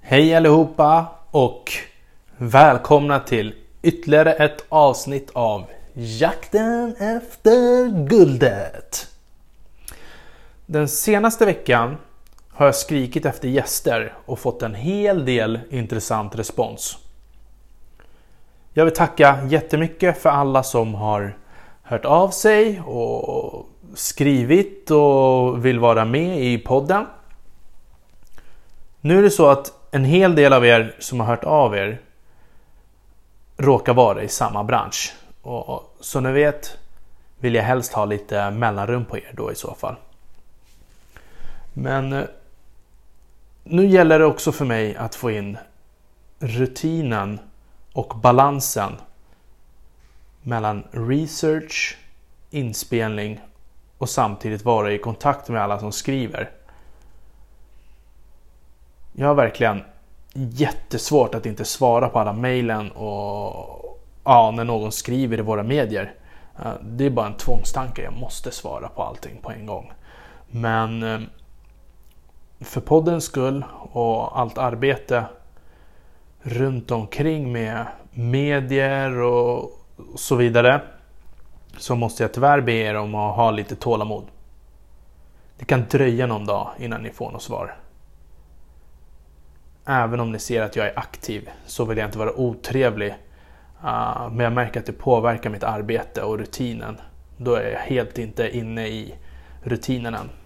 Hej allihopa och välkomna till ytterligare ett avsnitt av Jakten efter guldet. Den senaste veckan har jag skrikit efter gäster och fått en hel del intressant respons. Jag vill tacka jättemycket för alla som har hört av sig och skrivit och vill vara med i podden. Nu är det så att en hel del av er som har hört av er råkar vara i samma bransch. Och så ni vet vill jag helst ha lite mellanrum på er då i så fall. Men nu gäller det också för mig att få in rutinen och balansen mellan research, inspelning och samtidigt vara i kontakt med alla som skriver. Jag har verkligen jättesvårt att inte svara på alla mejlen och när någon skriver i våra medier. Det är bara en tvångstanke, jag måste svara på allting på en gång. Men för poddens skull och allt arbete runt omkring med medier och så vidare så måste jag tyvärr be er om att ha lite tålamod. Det kan dröja någon dag innan ni får något svar. Även om ni ser att jag är aktiv så vill jag inte vara otrevlig. Men jag märker att det påverkar mitt arbete och rutinen. Då är jag helt inte inne i rutinen än.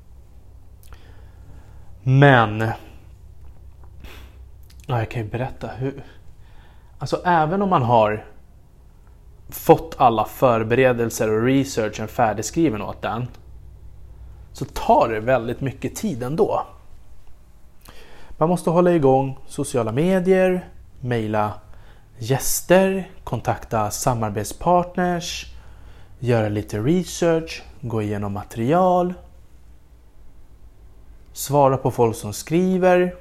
Men jag kan ju berätta hur. Alltså även om man har fått alla förberedelser och researchen färdigskriven åt den, så tar det väldigt mycket tid ändå. Man måste hålla igång sociala medier, mejla gäster, kontakta samarbetspartners, göra lite research, gå igenom material, svara på folk som skriver.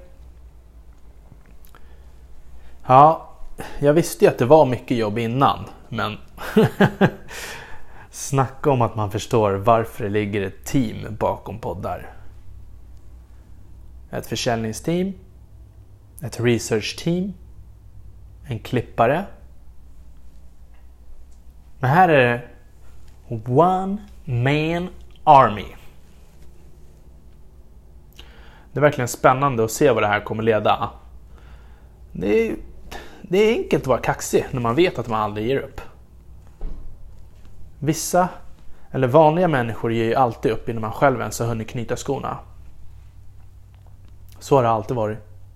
Ja, jag visste ju att det var mycket jobb innan, men snacka om att man förstår varför det ligger ett team bakom poddar. Ett försäljningsteam, ett researchteam, en klippare. Men här är det one man army. Det är verkligen spännande att se vad det här kommer leda. Det är enkelt att vara kaxig när man vet att man aldrig ger upp. Vissa eller vanliga människor ger ju alltid upp innan man själv ens har hunnit knyta skorna. Så har det alltid varit.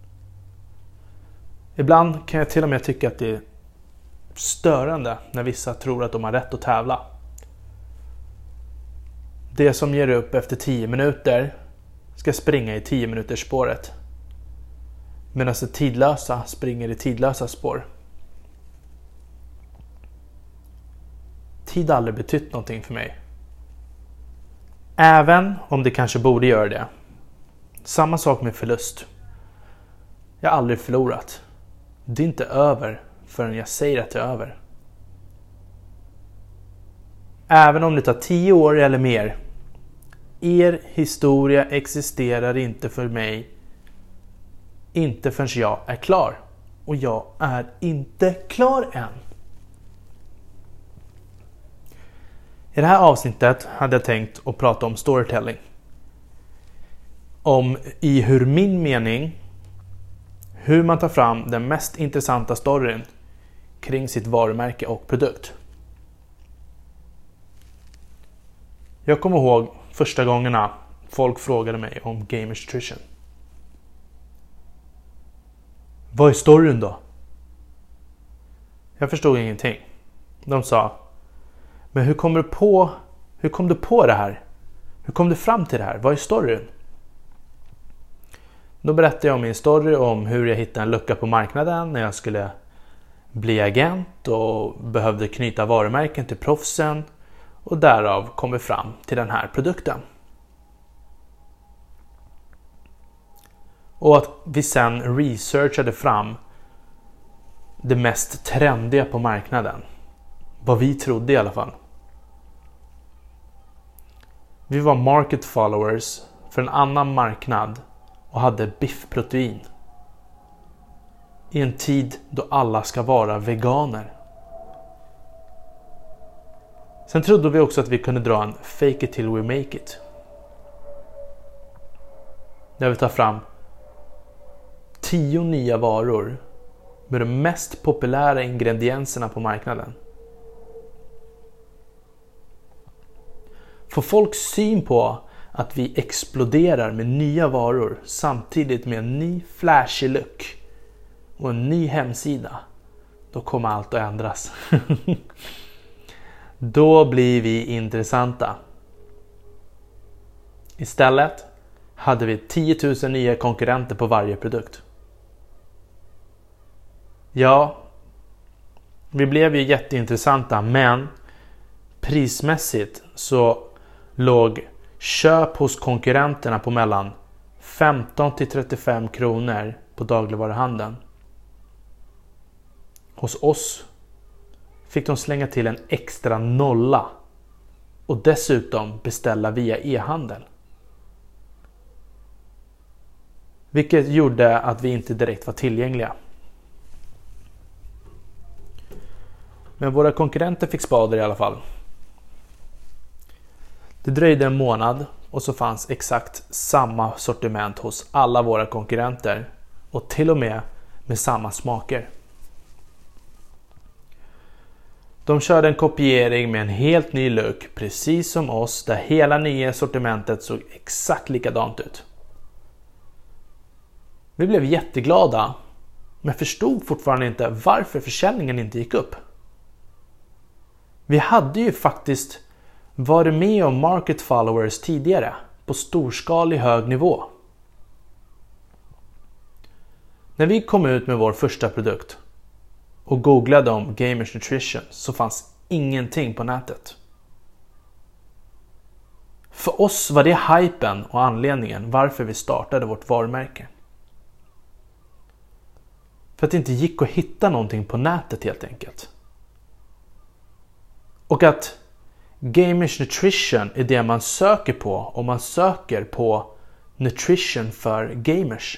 Ibland kan jag till och med tycka att det är störande när vissa tror att de har rätt att tävla. Det som ger upp efter 10 minuter ska springa i 10 minuters spåret. Medan det tidlösa springer i tidlösa spår. Tid har aldrig betytt någonting för mig. Även om det kanske borde göra det. Samma sak med förlust. Jag har aldrig förlorat. Det är inte över förrän jag säger att det är över. Även om det tar 10 år eller mer. Er historia existerar inte för mig. Inte förrän jag är klar. Och jag är inte klar än. I det här avsnittet hade jag tänkt att prata om storytelling. Om i hur min mening hur man tar fram den mest intressanta storyn kring sitt varumärke och produkt. Jag kommer ihåg första gångerna folk frågade mig om Gamers Nutrition. Vad är storyn då? Jag förstod ingenting. De sa, men hur kom du på det här? Hur kom du fram till det här? Vad är storyn? Då berättade jag om min story om hur jag hittade en lucka på marknaden när jag skulle bli agent och behövde knyta varumärken till proffsen och därav kom vi fram till den här produkten. Och att vi sen researchade fram det mest trendiga på marknaden. Vad vi trodde i alla fall. Vi var market followers för en annan marknad och hade biffprotein. i en tid då alla ska vara veganer. Sen trodde vi också att vi kunde dra en fake it till we make it. Där vi tar fram 10 nya varor med de mest populära ingredienserna på marknaden. Får folk syn på att vi exploderar med nya varor samtidigt med en ny flashy look och en ny hemsida, då kommer allt att ändras. Då blir vi intressanta. Istället hade vi 10 000 nya konkurrenter på varje produkt. Ja, vi blev ju jätteintressanta, men prismässigt så låg köp hos konkurrenterna på mellan 15 till 35 kronor på dagligvaruhandeln. Hos oss fick de slänga till en extra nolla och dessutom beställa via e-handel. Vilket gjorde att vi inte direkt var tillgängliga. Men våra konkurrenter fick spader i alla fall. Det dröjde en månad och så fanns exakt samma sortiment hos alla våra konkurrenter och till och med samma smaker. De körde en kopiering med en helt ny look, precis som oss, där hela nya sortimentet såg exakt likadant ut. Vi blev jätteglada, men förstod fortfarande inte varför försäljningen inte gick upp. Vi hade ju faktiskt varit med om market followers tidigare på storskalig hög nivå. När vi kom ut med vår första produkt och googlade om Gamers Nutrition så fanns ingenting på nätet. För oss var det hypen och anledningen varför vi startade vårt varumärke. För att det inte gick att hitta någonting på nätet helt enkelt. Och att Gamers Nutrition är det man söker på om man söker på nutrition för gamers.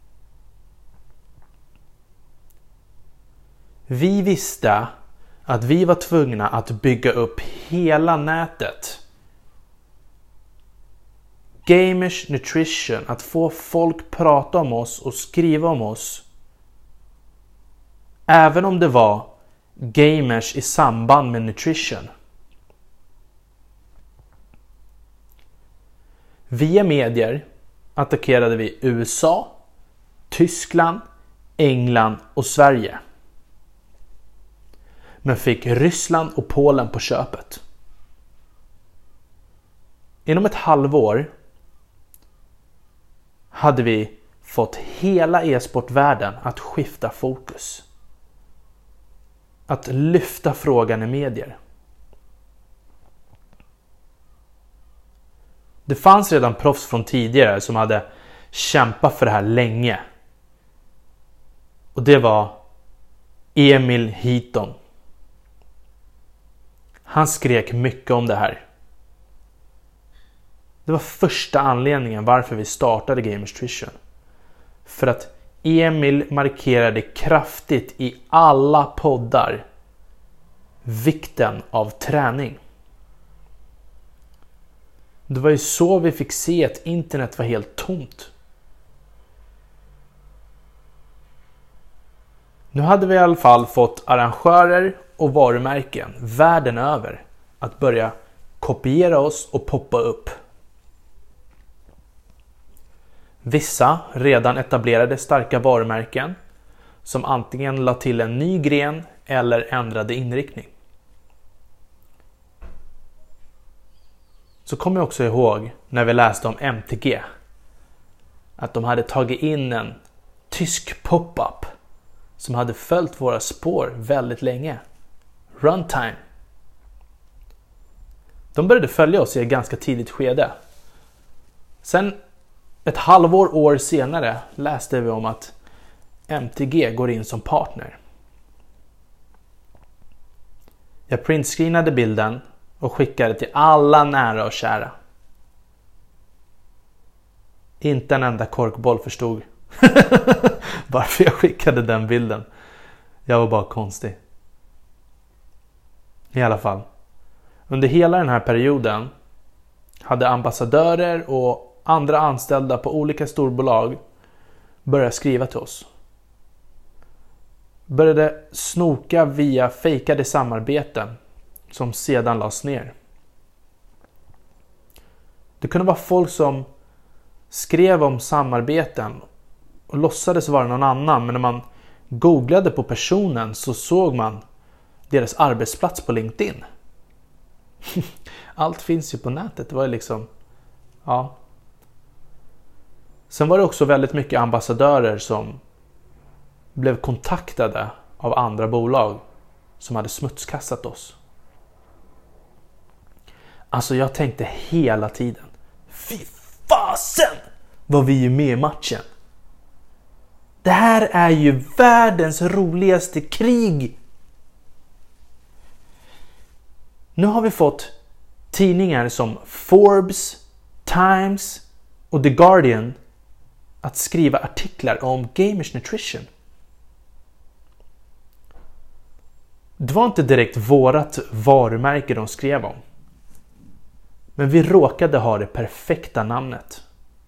Vi visste att vi var tvungna att bygga upp hela nätet. Gamers Nutrition, att få folk prata om oss och skriva om oss. Även om det var gamers i samband med nutrition. Via medier attackerade vi USA, Tyskland, England och Sverige. Men fick Ryssland och Polen på köpet. Inom ett halvår hade vi fått hela e-sportvärlden att skifta fokus. Att lyfta frågan i medier. Det fanns redan proffs från tidigare som hade kämpat för det här länge. Och det var Emil Heaton. Han skrek mycket om det här. Det var första anledningen varför vi startade Gamers Nutrition. För att Emil markerade kraftigt i alla poddar vikten av träning. Det var ju så vi fick se att internet var helt tomt. Nu hade vi i alla fall fått arrangörer och varumärken världen över att börja kopiera oss och poppa upp. Vissa redan etablerade starka varumärken som antingen la till en ny gren eller ändrade inriktning. Så kommer jag också ihåg när vi läste om MTG att de hade tagit in en tysk pop-up som hade följt våra spår väldigt länge. Runtime. De började följa oss i ett ganska tidigt skede. Sen ett år senare läste vi om att MTG går in som partner. Jag printscreenade bilden och skickade till alla nära och kära. Inte en enda korkboll förstod varför jag skickade den bilden. Jag var bara konstig. I alla fall. Under hela den här perioden hade ambassadörer och andra anställda på olika storbolag börjat skriva till oss. Började snoka via fejkade samarbeten som sedan lades ner. Det kunde vara folk som skrev om samarbeten och låtsades vara någon annan, men när man googlade på personen så såg man deras arbetsplats på LinkedIn. Allt finns ju på nätet. Det var ju liksom, ja. Sen var det också väldigt mycket ambassadörer som blev kontaktade av andra bolag som hade smutskastat oss. Alltså jag tänkte hela tiden, fy fasen vad vi är med i matchen. Det här är ju världens roligaste krig. Nu har vi fått tidningar som Forbes, Times och The Guardian att skriva artiklar om Gamers Nutrition. Det var inte direkt vårat varumärke de skrev om. Men vi råkade ha det perfekta namnet.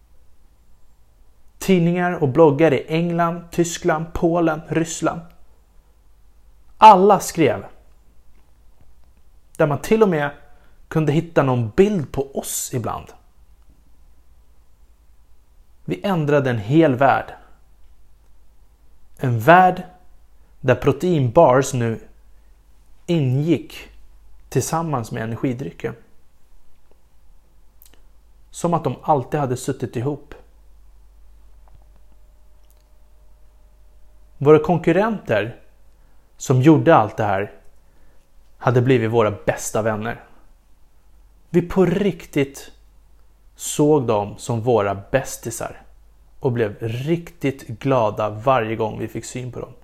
Tidningar och bloggar i England, Tyskland, Polen, Ryssland. Alla skrev. Där man till och med kunde hitta någon bild på oss ibland. Vi ändrade en hel värld. En värld där proteinbars nu ingick tillsammans med energidrycken. Som att de alltid hade suttit ihop. Våra konkurrenter som gjorde allt det här hade blivit våra bästa vänner. Vi på riktigt såg dem som våra bästisar och blev riktigt glada varje gång vi fick syn på dem.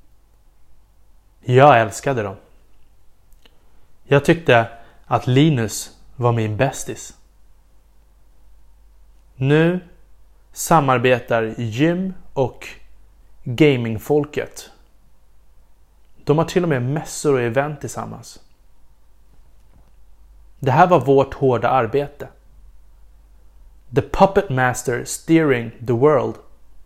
Jag älskade dem. Jag tyckte att Linus var min bästis. Nu samarbetar gym och gamingfolket. De har till och med mässor och event tillsammans. Det här var vårt hårda arbete. The puppet master steering the world.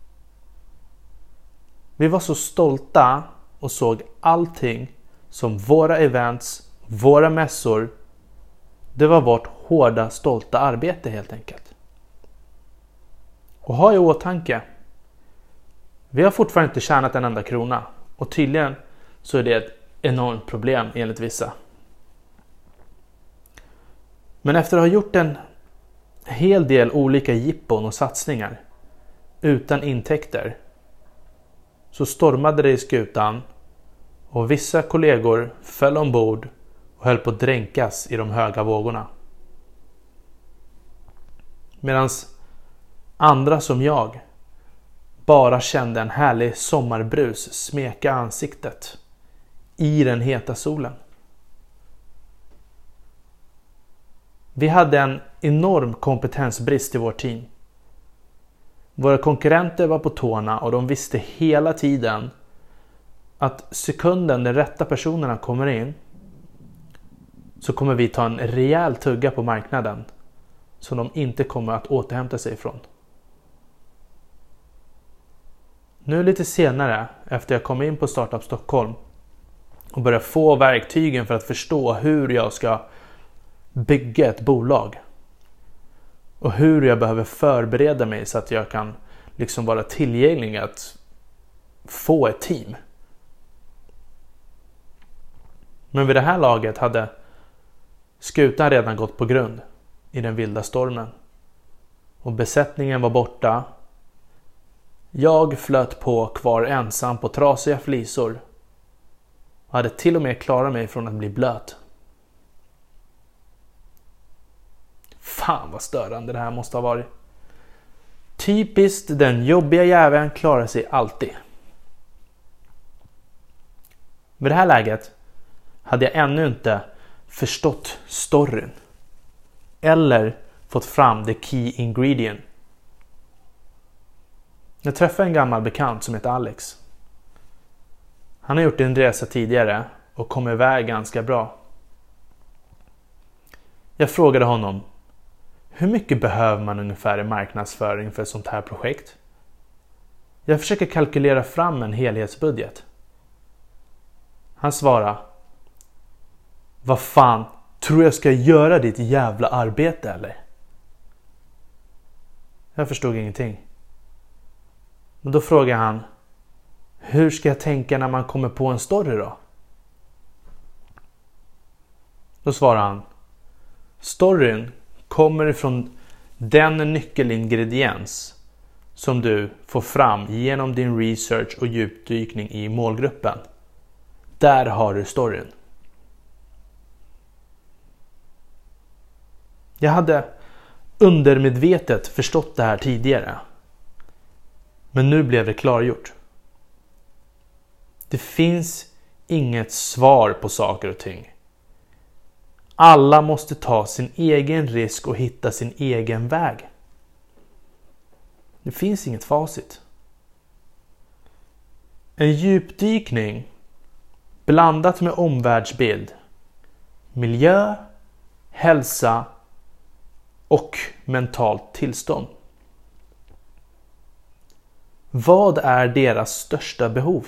Vi var så stolta och såg allting som våra events, våra mässor. Det var vårt hårda, stolta arbete helt enkelt. Och ha i åtanke, vi har fortfarande inte tjänat en enda krona. Och tydligen så är det ett enormt problem enligt vissa. Men efter att ha gjort en hel del olika jippon och satsningar utan intäkter så stormade det i skutan och vissa kollegor föll ombord och höll på att dränkas i de höga vågorna. Medan andra som jag bara kände en härlig sommarbrus smeka ansiktet i den heta solen. Vi hade en enorm kompetensbrist i vårt team. Våra konkurrenter var på tårna och de visste hela tiden att sekunden den rätta personerna kommer in så kommer vi ta en rejäl tugga på marknaden som de inte kommer att återhämta sig ifrån. Nu lite senare, efter jag kom in på Startup Stockholm och började få verktygen för att förstå hur jag ska bygga ett bolag och hur jag behöver förbereda mig så att jag kan liksom vara tillgänglig att få ett team. Men vid det här laget hade skutan redan gått på grund i den vilda stormen och besättningen var borta. Jag flöt på kvar ensam på trasiga flisor och hade till och med klarat mig från att bli blöt. Fan vad störande det här måste ha varit. Typiskt, den jobbiga jäveln klarar sig alltid. Vid det här läget hade jag ännu inte förstått storyn eller fått fram the key ingredient. Jag träffade en gammal bekant som heter Alex. Han har gjort en resa tidigare och kom iväg ganska bra. Jag frågade honom: hur mycket behöver man ungefär i marknadsföring för ett sånt här projekt? Jag försöker kalkylera fram en helhetsbudget. Han svarade: vad fan, tror jag ska göra ditt jävla arbete eller? Jag förstod ingenting. Men då frågade han: hur ska jag tänka när man kommer på en story då? Då svarade han: storyn kommer ifrån den nyckelingrediens som du får fram genom din research och djupdykning i målgruppen. Där har du storyn. Jag hade undermedvetet förstått det här tidigare. Men nu blev det klargjort. Det finns inget svar på saker och ting. Alla måste ta sin egen risk och hitta sin egen väg. Det finns inget facit. En djupdykning blandat med omvärldsbild, miljö, hälsa och mentalt tillstånd. Vad är deras största behov?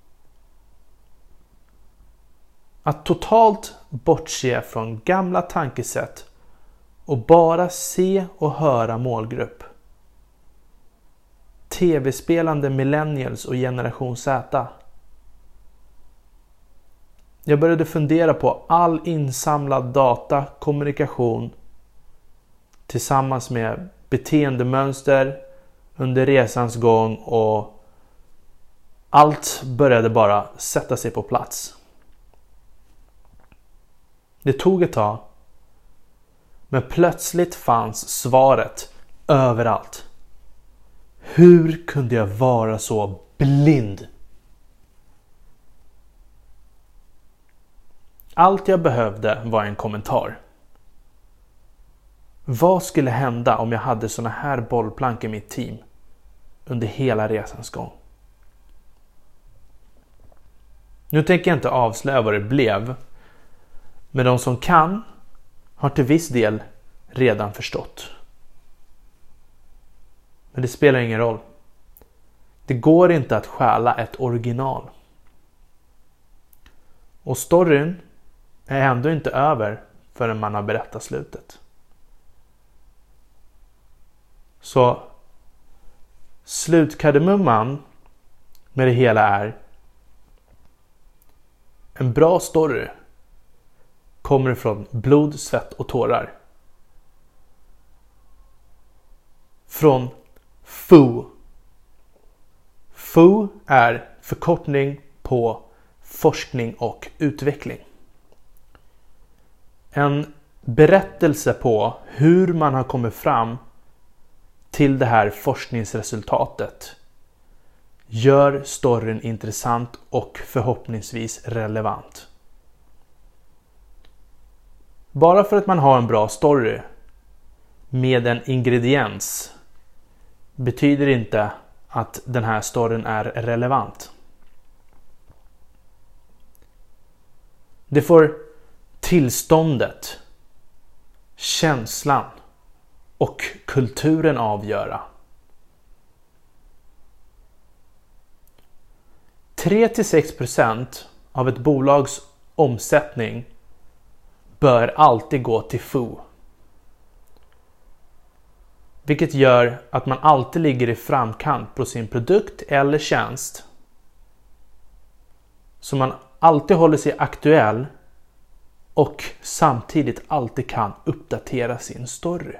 Att totalt bortse från gamla tankesätt och bara se och höra målgrupp. TV-spelande millennials och generation Z. Jag började fundera på all insamlad data, kommunikation tillsammans med beteendemönster under resans gång, och allt började bara sätta sig på plats. Det tog ett tag, men plötsligt fanns svaret överallt. Hur kunde jag vara så blind? Allt jag behövde var en kommentar. Vad skulle hända om jag hade såna här bollplank i mitt team under hela resans gång? Nu tänker jag inte avslöja vad det blev, men de som kan har till viss del redan förstått. Men det spelar ingen roll. Det går inte att stjäla ett original. Och storyn är ändå inte över förrän man har berättat slutet. Så slutkardemumman med det hela är: en bra story kommer från blod, svett och tårar. Från FU. FU är förkortning på forskning och utveckling. En berättelse på hur man har kommit fram till det här forskningsresultatet gör storyn intressant och förhoppningsvis relevant. Bara för att man har en bra story med en ingrediens betyder inte att den här storyn är relevant. Det får tillståndet, känslan och kulturen avgöra. 3-6% av ett bolags omsättning bör alltid gå till FU. Vilket gör att man alltid ligger i framkant på sin produkt eller tjänst. Så man alltid håller sig aktuell och samtidigt alltid kan uppdatera sin story.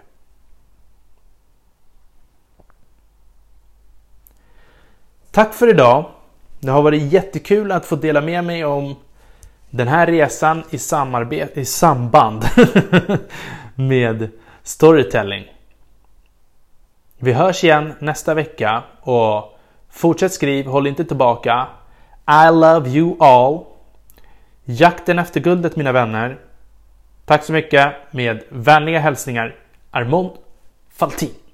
Tack för idag. Det har varit jättekul att få dela med mig om den här resan i samband med storytelling. Vi hörs igen nästa vecka och fortsätt skriv, håll inte tillbaka. I love you all. Jakten efter guldet, mina vänner. Tack så mycket. Med vänliga hälsningar, Armond Faltin.